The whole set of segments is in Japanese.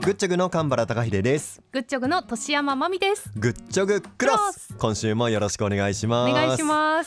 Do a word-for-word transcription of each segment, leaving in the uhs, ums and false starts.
グッチョグの神原孝秀です。 グッチョグの年山まみです。 グッチョグクロス、今週もよろしくお願いします。 お願いします。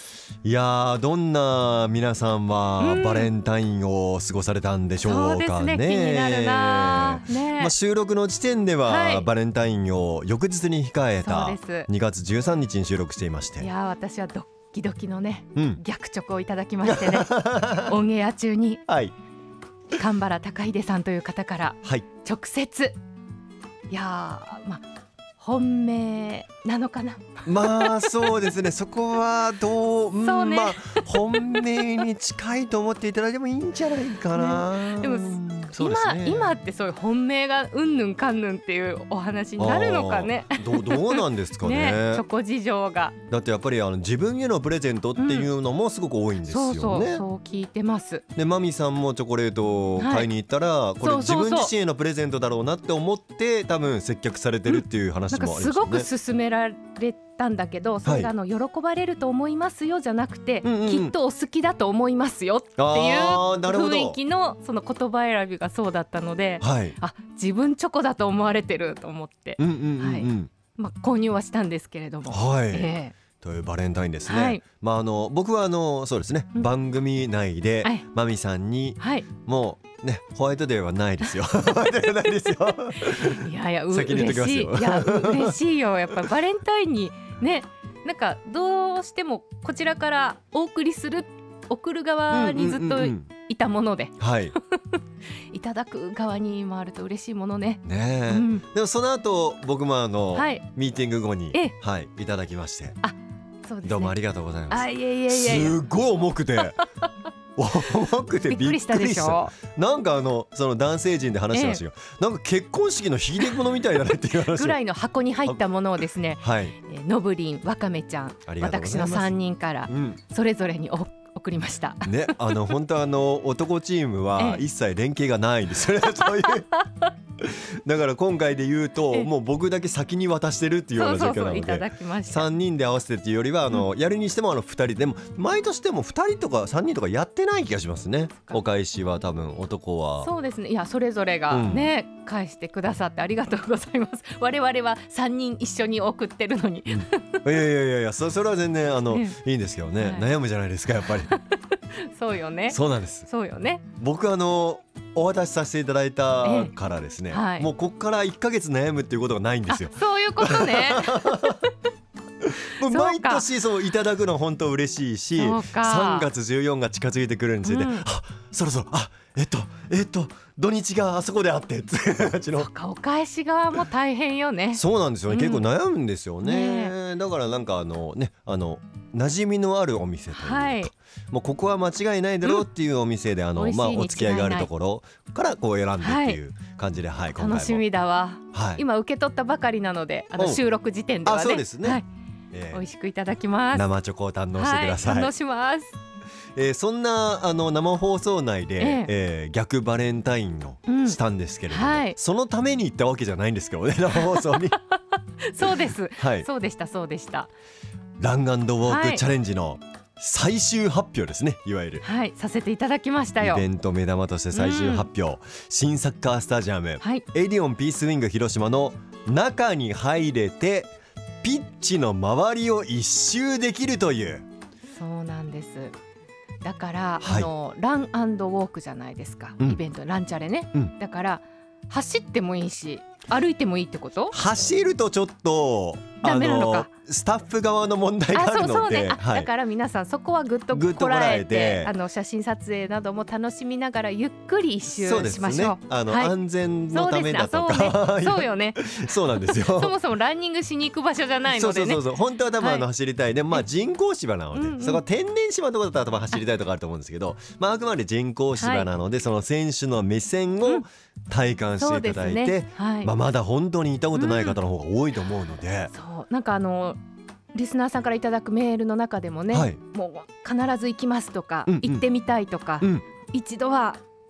いやー、どんな皆さんはバレンタインを過ごされたんでしょうかね。 そうですね、気になるな、ね。 まあ、収録の時点では、はい、バレンタインを翌日に控えたにがつじゅうさんにちに収録していまして、 いやー、私はドッキドキのね、うん、逆チョコをいただきましてねオンエア中に、はい、神原孝秀さんという方から直接、はい、いやー、まあ本命なのかなまあそうですね、そこはどう、そうね、まあ本命に近いと思っていただいてもいいんじゃないかな、 ね、でもそうですね、今, 今ってそういう本命がうんぬんかんぬんっていうお話になるのかね。 ど, どうなんですか ね, ね、チョコ事情がだってやっぱりあの自分へのプレゼントっていうのもすごく多いんですよね、うん、 そうそうそう聞いてます。 でマミさんもチョコレートを買いに行ったら、はい、これ自分自身へのプレゼントだろうなって思って多分接客されてるっていう話もありましたね、 うん、なんかすごく勧められたんだけど、それがあの喜ばれると思いますよじゃなくて、はい、きっとお好きだと思いますよっていう雰囲気のその言葉選びがそうだったので、はい、あ、自分チョコだと思われてると思って、うんうんうんうん、はい、まあ、購入はしたんですけれども、はい、えー、 というバレンタインですね、はい、まあ、あの僕はあのそうですね、うん、番組内で、はい、マミさんに、はい、もうね、ホワイトデーはないですよホワイトデーはないですよいやいや、う先に言っときますよ。嬉しい、いや嬉しいよ、やっぱバレンタインにね、なんかどうしてもこちらからお送りする送る側にずっといたもので、うんうんうんうん、はい、いただく側に回ると嬉しいものね。 ねえ、うん、でもその後僕もあの、はい、ミーティング後に、はい、いただきまして、あ、そうですね、どうもありがとうございます。 あ、いやいやいやいや、 すごい重くて重くてびっくりしたでしょ。なんかあのその男性陣で話してましたよ、ええ、なんか結婚式の引き出物みたいだねっていう話ぐらいの箱に入ったものをですね、はい、えー、のぶりん、わかめちゃん、私のさんにんからそれぞれにお送りました、 うん、ね、あの本当あの男チームは一切連携がないんですよね、ええ、そういうだから今回で言うともう僕だけ先に渡してるっていうような状況なので、 そうそうそう、いただきました。 さんにんで合わせてっていうよりはあの、うん、やるにしてもあのふたりでも毎年でもふたりとかさんにんとかやってない気がしますね。お返しは多分男はそうですね、いやそれぞれがね、うん、返してくださってありがとうございます。我々はさんにん一緒に送ってるのに、 うん、いやいやいやいや そ, それは全然あの、ね、いいんですけどね、はい、悩むじゃないですかやっぱりそうよね、 そうなんです。 そうよね。僕あのお渡しさせていただいたからですね、ええ、はい、もうこっからいっかげつ悩むっていうことがないんですよ。 そういうことねもう毎年そういただくの本当嬉しいし、さんがつじゅうよっかが近づいてくるについて、うん、あ、そろそろあえっとえっと土日があそこであってそうか、お返し側も大変よね。 そうなんですよね、うん、結構悩むんですよね、ね。だからなんかあのね、あの馴染みのあるお店というか、はい、もうここは間違いないだろうっていうお店で、うん、あのまあお付き合いがあるところからこう選んでっていう感じで、はい、はい、今回も楽しみだわ、はい、今受け取ったばかりなので、あの収録時点ではね、あ、そうですね、はい、えー、美味しくいただきます。 生チョコを堪能してください、 はい、堪能します。 えー、そんなあの生放送内で、えーえー、逆バレンタインをしたんですけれども、うん、はい、そのために行ったわけじゃないんですけどね、生放送にそうです、はい、そうでしたそうでした。 ラン&ウォークチャレンジの最終発表ですね、いわゆる、 はい、させていただきましたよ。 イベント目玉として最終発表、うん、新サッカースタジアム、はい、エディオンピースウィング広島の中に入れてピッチの周りを一周できるという。 そうなんです。だから、はい、あのラン&ウォークじゃないですか、うん、イベントランチャレね、うん、だから走ってもいいし歩いてもいいってこと？ 走るとちょっとダメなのか、 スタッフ側の問題があるので、 あ、そうそうね、 はい、 だから皆さんそこはぐっとこらえて、あの写真撮影なども楽しみながらゆっくり一周しましょう。そうですね、あの、はい、 安全のためだとか、 そうですね、そうよねそうなんですよそもそもランニングしに行く場所じゃないのでね、 そうそうそうそう、本当は多分あの走りたい、はい、でもまあ人工芝なので、うんうん、そこは天然芝のところだったら走りたいとかあると思うんですけど、まあ、あくまで人工芝なので、はい、その選手の目線を体感していただいて、うん、ね、はい、まあ、まだ本当に行ったことない方の方が多いと思うので、うん、 そうなんかあのリスナーさんからいただくメールの中でもね、はい、もう必ず行きますとか、うんうん、行ってみたいとか、うん、一度は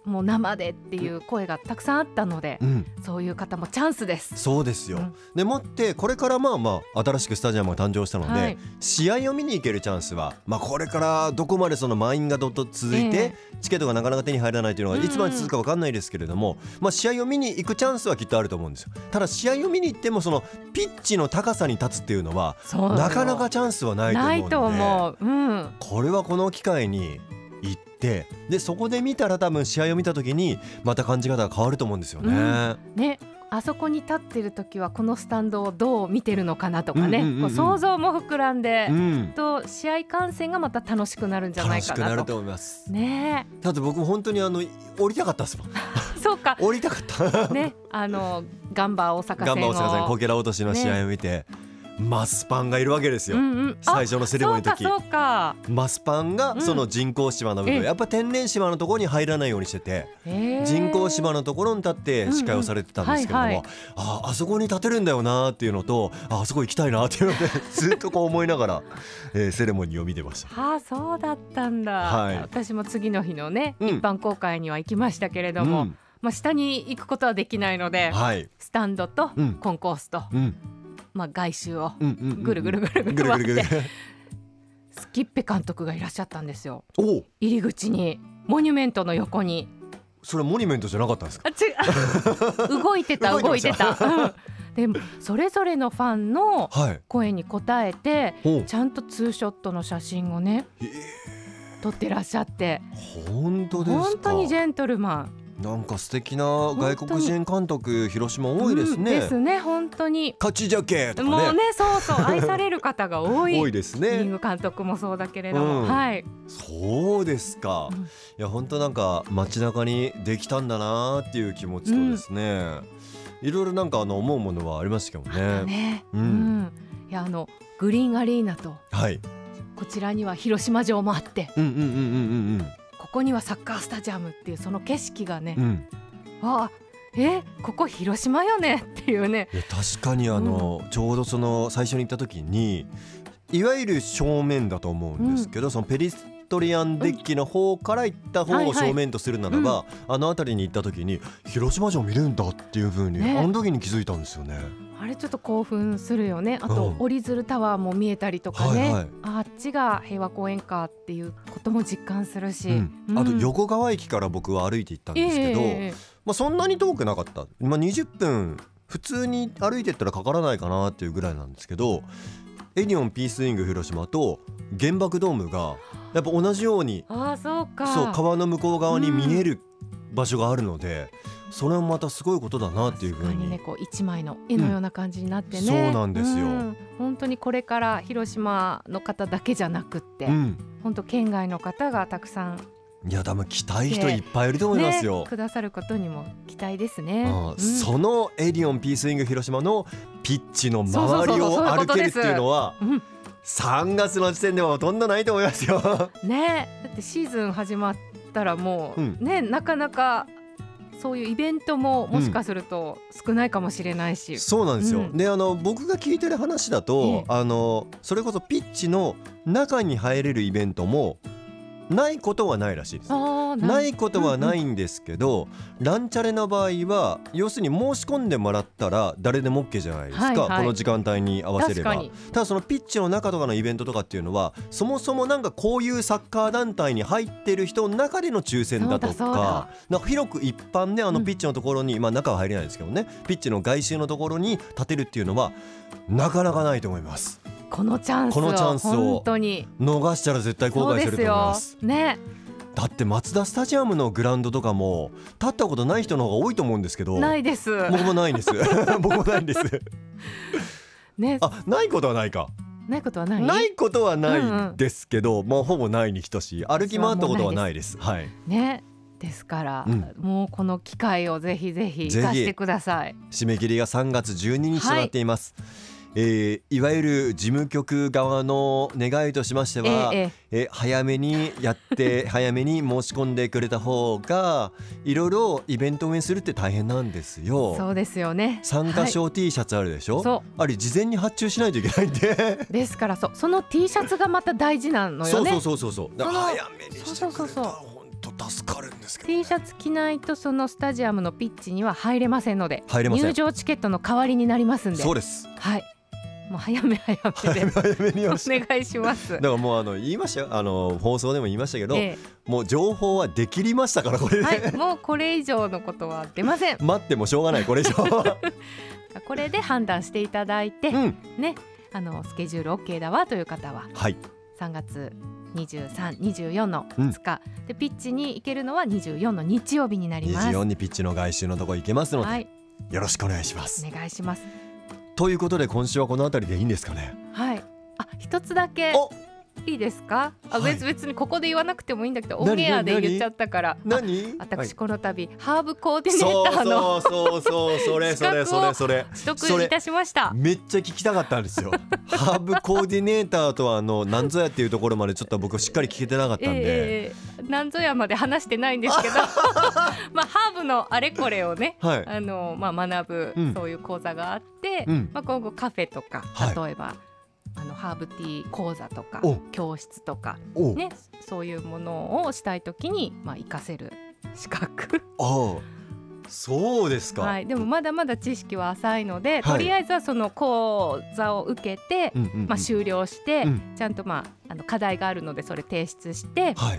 もう生でっていう声がたくさんあったので、うん、そういう方もチャンスです。 そうですよ、うん、でもってこれからまあまあ新しくスタジアムが誕生したので、はい、試合を見に行けるチャンスは、まあ、これからどこまでその満員がどっと続いて、えー、チケットがなかなか手に入らないというのがいつまで続くか分かんないですけれども、うんうん、まあ、試合を見に行くチャンスはきっとあると思うんですよ。ただ試合を見に行ってもそのピッチの高さに立つっていうのはなかなかチャンスはないと思うので、ないと思う、うん、これはこの機会に行ってでそこで見たら多分試合を見た時にまた感じ方が変わると思うんですよね、うん、 ね、あそこに立ってる時はこのスタンドをどう見てるのかなとかね、うんうんうんうん、想像も膨らんで、うん、と試合観戦がまた楽しくなるんじゃないかなと。 楽しくなると思います、 ね、 だって僕本当にあの降りたかったですもんそうか降りたかったね、あのガンバ大阪戦のガンバ大阪戦こけら落としの試合を見て、ね、マスパンがいるわけですよ、うんうん、最初のセレモニーの時。 そうかそうか、 マスパンがその人工芝の部分、うん、やっぱ天然芝のところに入らないようにしてて、人工芝のところに立って司会をされてたんですけれども、うんうん、はいはい、あ, あそこに立てるんだよなっていうのと あ, あそこ行きたいなっていうのでずっとこう思いながら、えー、セレモニーを見てました。 はあ、そうだったんだ、はい、私も次の日のね、うん、一般公開には行きましたけれども、うん、まあ、下に行くことはできないので、はい、スタンドとコンコースと、うん、まあ、外周をぐるぐるぐるぐる回ってスキッペ監督がいらっしゃったんですよ。入り口にモニュメントの横に。 それモニュメントじゃなかったんですか？ あ、違う動いてた動いてた、うん、でそれぞれのファンの声に応えて、はい、ちゃんとツーショットの写真をね撮ってらっしゃって。 本当ですか？ 本当にジェントルマン。 なんか素敵な外国人監督広島多いですね、うん、 ですね。本当に勝ちじゃけとかね、 もうね、そうそう愛される方が多い多いですね。 リング監督もそうだけれども、うん、はい、 そうですか、うん、いや本当なんか街中にできたんだなっていう気持ちとですね、うん、いろいろなんかあの思うものはありましたけどね。 ね、うんうん、いやあのグリーンアリーナと、はい、こちらには広島城もあって、うんうんうんうんうん、ここにはサッカースタジアムっていうその景色がね、うん、あえここ広島よねっていうね。 いや確かにあの、うん、ちょうどその最初に行った時にいわゆる正面だと思うんですけど、うん、そのペデストリアンデッキの方から行った方を正面とするならば、はいはい、あの辺りに行った時に広島城見れるんだっていう風に、ね、あの時に気づいたんですよね。 あれちょっと興奮するよね。あと、うん、折り鶴タワーも見えたりとかね、はいはい、あっちが平和公園かっていうことも実感するし、うんうん、あと横川駅から僕は歩いて行ったんですけど、えーまあ、そんなに遠くなかった、まあ、にじゅっぷん普通に歩いてったらかからないかなっていうぐらいなんですけど、エディオンピースウィング広島と原爆ドームがやっぱ同じように、 あ、そうか、 そう川の向こう側に見える場所があるので、うん、それもまたすごいことだなっていうふうに。 確かにね、こう一枚の絵のような感じになってね、 うん、そうなんですよ、うん、 本当にこれから広島の方だけじゃなくって、うん、本当県外の方がたくさん、 いや多分来たい人いっぱいいると思いますよ、 ね、くださることにも期待ですね、 うん、そのエディオンピースウィング広島のピッチの周りを歩けるっていうのはさんがつの時点ではほとんどないと思いますよね。だってシーズン始まったらもう、うん、ね、なかなかそういうイベントももしかすると少ないかもしれないし、うん、 そうなんですよ、うん、であの僕が聞いてる話だと、ええ、あのそれこそピッチの中に入れるイベントもないことはないらしいです。な, ないことはないんですけど、うんうん、ランチャレの場合は要するに申し込んでもらったら誰でも OK じゃないですか、はいはい、この時間帯に合わせれば。ただそのピッチの中とかのイベントとかっていうのはそもそもなんかこういうサッカー団体に入ってる人の中での抽選だとか、なんか広く一般であのピッチのところに、うん、まあ中は入れないですけどね、ピッチの外周のところに立てるっていうのはなかなかないと思います。 このチャンスをこのチャンスを本当に逃したら絶対後悔すると思います。 そうですよ、ね、 だってマツダスタジアムのグラウンドとかも立ったことない人の方が多いと思うんですけど。 ないです。 僕もないんです僕もないんですね。あ、ないことはないか。 ないことはないないことはないですけど、うんうん、まあ、ほぼないに等しい。歩き回ったことはないです。はい、 ね、ですから、うん、もうこの機会をぜひぜひ生かしてください。 締め切りがさんがつじゅうににちとなっています、はい。えー、いわゆる事務局側の願いとしましては、えええー、早めにやって早めに申し込んでくれた方がいろいろイベント運営するって大変なんですよ。 そうですよね。 参加賞 T シャツあるでしょ、はい、あれ事前に発注しないといけないんでですから、そその T シャツがまた大事なのよね。 そうそうそうそうそう、だから早めにしてくれたら本当助かるんですですけど、 ね、T シャツ着ないとそのスタジアムのピッチには入れませんので、 入れません。 入場チケットの代わりになりますんで。 そうです。 はい、もう早め早めで早めにお願いします。 だからもうあの言いましたよ、あの放送でも言いましたけど、 ええ、 もう情報はできりましたからこれで、 はい、もうこれ以上のことは出ません。 待ってもしょうがないこれ以上これで判断していただいて、うん、ね、あのスケジュール OK だわという方は、 はい、 さんがつにじゅうさん、にじゅうよんのふつか、うん、でピッチに行けるのはにじゅうよんの日曜日になります。 にじゅうよんにピッチの外周のとこ行けますので、 はい、 よろしくお願いします。 お願いします。 ということで今週はこのあたりでいいんですかね。 はい、あ、一つだけいいですか。あ、別々にここで言わなくてもいいんだけど、オンエアで言っちゃったから。 何？ 私この度、はい、ハーブコーディネーターのそうそうそうそれそれそれそれ取得いたしました。 めっちゃ聞きたかったんですよハーブコーディネーターとはあの何ぞやっていうところまでちょっと僕しっかり聞けてなかったんで、 えー、何ぞやまで話してないんですけどまあハーブのあれこれをね、はい、あのまあ、学ぶ、うん、そういう講座があって、うん、まあ、今後カフェとか、例えば、はい、あのハーブティー講座とか教室とか、ね、そういうものをしたいときに、まあ、活かせる資格ああ、そうですか、 はい、でもまだまだ知識は浅いので、はい、とりあえずはその講座を受けて、うんうんうん、まあ、終了して、うん、ちゃんと、まあ、あの課題があるのでそれ提出して、はい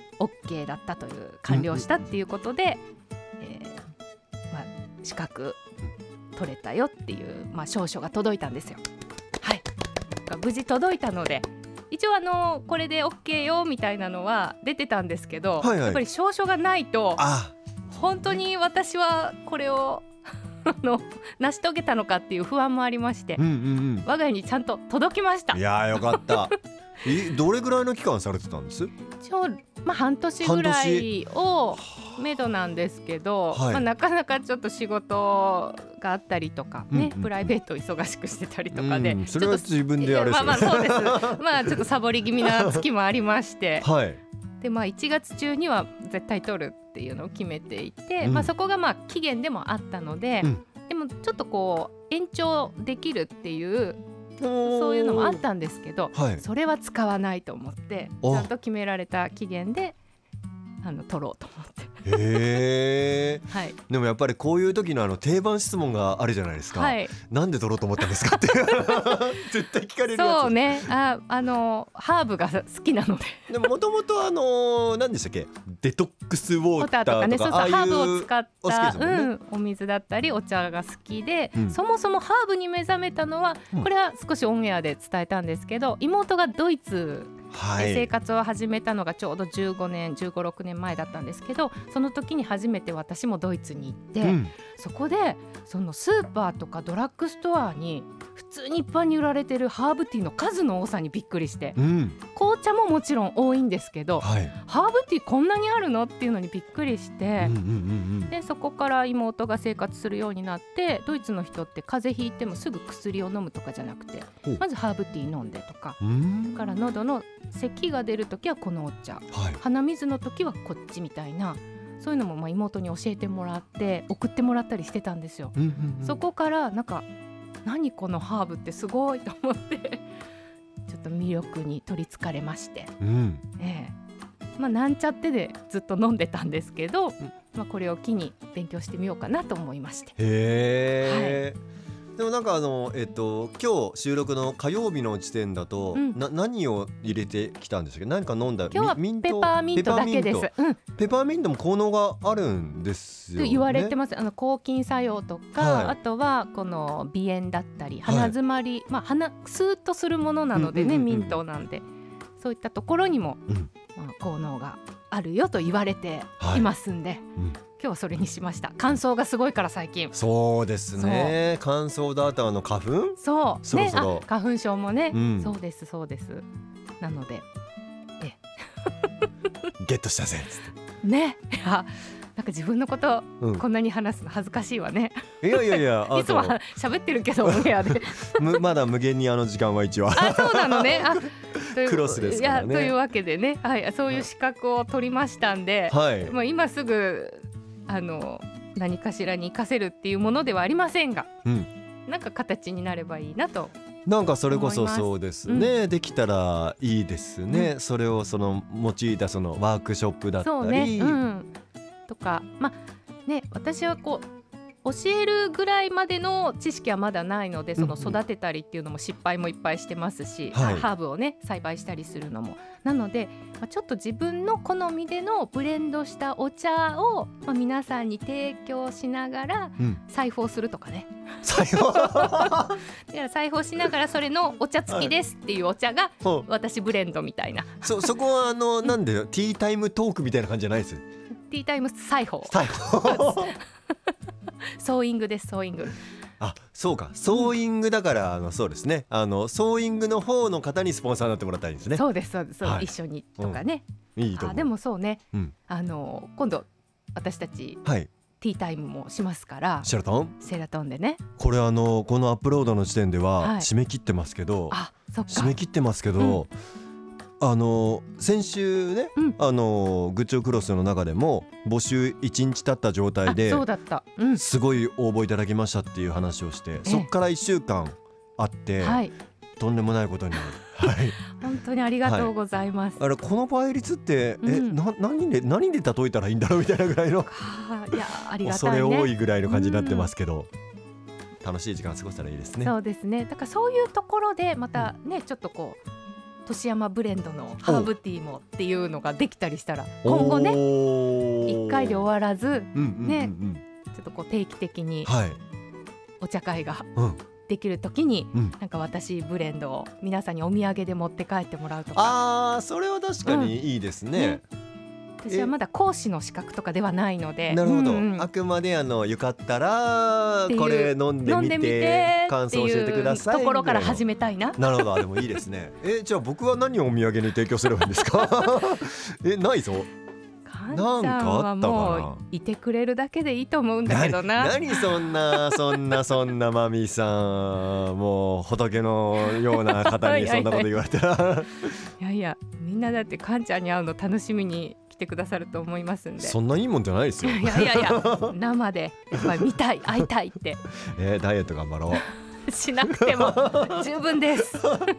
、OK だったという完了したっていうことで、うんうん、えーまあ、資格取れたよっていう、まあ、証書が届いたんですよ。はい、無事届いたので、一応あのこれで OK よみたいなのは出てたんですけど、はいはい、やっぱり証書がないと本当に私はこれをあの成し遂げたのかっていう不安もありまして、うんうんうん、我が家にちゃんと届きました。 いやーよかったえどれぐらいの期間されてたんです？ 一応、まあ、半年ぐらいをめどなんですけど、はい、まあ、なかなかちょっと仕事があったりとかね、うんうん、プライベート忙しくしてたりとかで、うん、 それは自分でやるし、 まあまあそうですまあちょっとサボり気味な月もありましてはい、 で、まあ、いちがつ中には絶対取るっていうのを決めていて、うん、まあ、そこがまあ期限でもあったので、うん、でもちょっとこう延長できるっていうそういうのもあったんですけど、はい、それは使わないと思ってちゃんと決められた期限であの取ろうと思ってへー、 はい、 でもやっぱりこういう時のあの定番質問があるじゃないですか、はい、なんで取ろうと思ったんですかって絶対聞かれるやつ。 そうね、ああのハーブが好きなのででももともとあの何でしたっけ、デトックスウォーターとか、ね、 そうそう、ハーブを使った、 ね、うん、 お水だったりお茶が好きで、うん、そもそもハーブに目覚めたのは、うん、これは少しオンエアで伝えたんですけど、妹がドイツで生活を始めたのがちょうどじゅうごねんじゅうご、ろくねんまえだったんですけど、その時に初めて私もドイツに行って、うん、そこでそのスーパーとかドラッグストアに普通に一般に売られてるハーブティーの数の多さにびっくりして、うん、紅茶ももちろん多いんですけど、はい、ハーブティーこんなにあるのっていうのにびっくりして、うんうんうんうん、でそこから妹が生活するようになって、ドイツの人って風邪ひいてもすぐ薬を飲むとかじゃなくて、まずハーブティー飲んでとか、だから喉の咳が出るときはこのお茶、はい、鼻水のときはこっちみたいな、そういうのもまあ妹に教えてもらって送ってもらったりしてたんですよ、うんうんうん、そこからなんか何このハーブってすごいと思ってちょっと魅力に取りつかれまして、うん、ええ、まあ、なんちゃってでずっと飲んでたんですけど、まあ、これを機に勉強してみようかなと思いまして。 へー、はい、でもなんかあの、えっと、今日収録の火曜日の時点だと、うん、な何を入れてきたんですか？何か飲んだ？ 今日はペッパーミントだけです。 ペッパーミント、うん、ペッパーミントも効能があるんですよね。 言われてます。あの抗菌作用とか、はい、あとはこの鼻炎だったり鼻づまり、はい、まあ、鼻スーッとするものなのでね、うんうんうんうん、ミントなんでそういったところにも、うん、まあ、効能があるよと言われていますんで、はい、うん、今日はそれにしました。乾燥がすごいから最近。 そうですね、乾燥だとあの花粉、 そうそろそろ、 ね、花粉症もね、うん、そうですそうです。なのでえゲットしたぜっつってね、いやなんか自分のこと、うん、こんなに話すの恥ずかしいわね。 いやいやいやいつも喋ってるけどオンエアでまだ無限にあの時間は一応あ、そうなのね。あクロスですからね。 いやというわけでね、はい、そういう資格を取りましたんで、はい、まあ、今すぐあの何かしらに活かせるっていうものではありませんが、うん、なんか形になればいいなと。 なんかそれこそそうですね、うん、できたらいいですね、うん、それをその用いたそのワークショップだったり、 そうね、うん、 とか、まあね、私はこう教えるぐらいまでの知識はまだないので、その育てたりっていうのも失敗もいっぱいしてますし、うんうん、ハーブをね栽培したりするのもなので、まあ、ちょっと自分の好みでのブレンドしたお茶を、まあ、皆さんに提供しながら裁縫するとかね、うん、裁縫裁縫しながらそれのお茶付きですっていうお茶が私ブレンドみたいな、はい、 そ, そこはあのなんでティータイムトークみたいな感じじゃないです。 ティータイム裁縫裁縫ソーイングです。ソーイング。 あ、そうか、ソーイングだから、あのそうですね、あのソーイングの方の方にスポンサーになってもらったらいいんですね。 そうですそうです、はい、一緒にとかね、 うん、いいと思う。 あでもそうね、 うん、 あの今度私たち、はい、ティータイムもしますから、 シェラトンシェラトンでね、 これあのこのアップロードの時点では締め切ってますけど、 はい、あ、そっか、 締め切ってますけど、うん、あの先週ね、うん、あのグッチョクロスの中でも募集いちにち経った状態で、 そうだった、うん、 すごい応募いただきましたっていう話をして、そっからいっしゅうかんあって、はい、とんでもないことに、はい、 本当にありがとうございます、 はい、あれこの倍率って、うん、えな何で何で例えたらいいんだろうみたいなぐらいのいやありがたいね、 恐れ多いぐらいの感じになってますけど、うん、楽しい時間過ごせたらいいですね。 そうですね、だからそういうところでまたね、うん、ちょっとこう年山ブレンドのハーブティーもっていうのができたりしたら、今後ねいっかいで終わらず、うんうんうんうん、ね、ちょっとこう定期的にお茶会ができるときに、うん、なんか私ブレンドを皆さんにお土産で持って帰ってもらうとか、 あー、それは確かにいいですね、うんね、 私はまだ講師の資格とかではないので、 なるほど、うんうん、あくまであのよかったらこれ飲んでみ て, て感想を教えてくださいところから始めたいな。 なるほど、でもいいですね。えじゃあ僕は何をお土産に提供すればいいんですかえないぞ。 カンちゃんはもういてくれるだけでいいと思うんだけどな。 何そんなそんなそんなマミさん、もう仏のような方にそんなこと言われたらいやいや、みんなだってカンちゃんに会うの楽しみに来てくださると思いますんで。 そんないいもんじゃないですよ。 いやいやいや生でやっぱり見たい、会いたいってえー、ダイエット頑張ろうしなくても十分です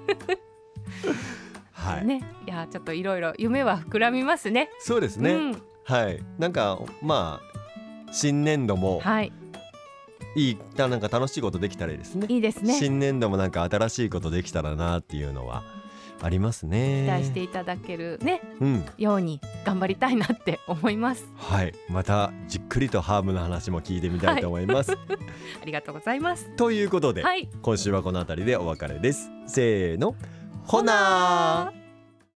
はいね、いやちょっといろいろ夢は膨らみますね。 そうですね、うん、はい、なんかまあ新年度も、はい、いいなんか楽しいことできたらいいですね。 いいですね。 新年度もなんか新しいことできたらなっていうのはありますね。 期待していただけるね、うん、ように頑張りたいなって思います。 はい、またじっくりとハーブの話も聞いてみたいと思います、はい、 ありがとうございます。 ということで、はい、今週はこのあたりでお別れです。せーの、ほなー。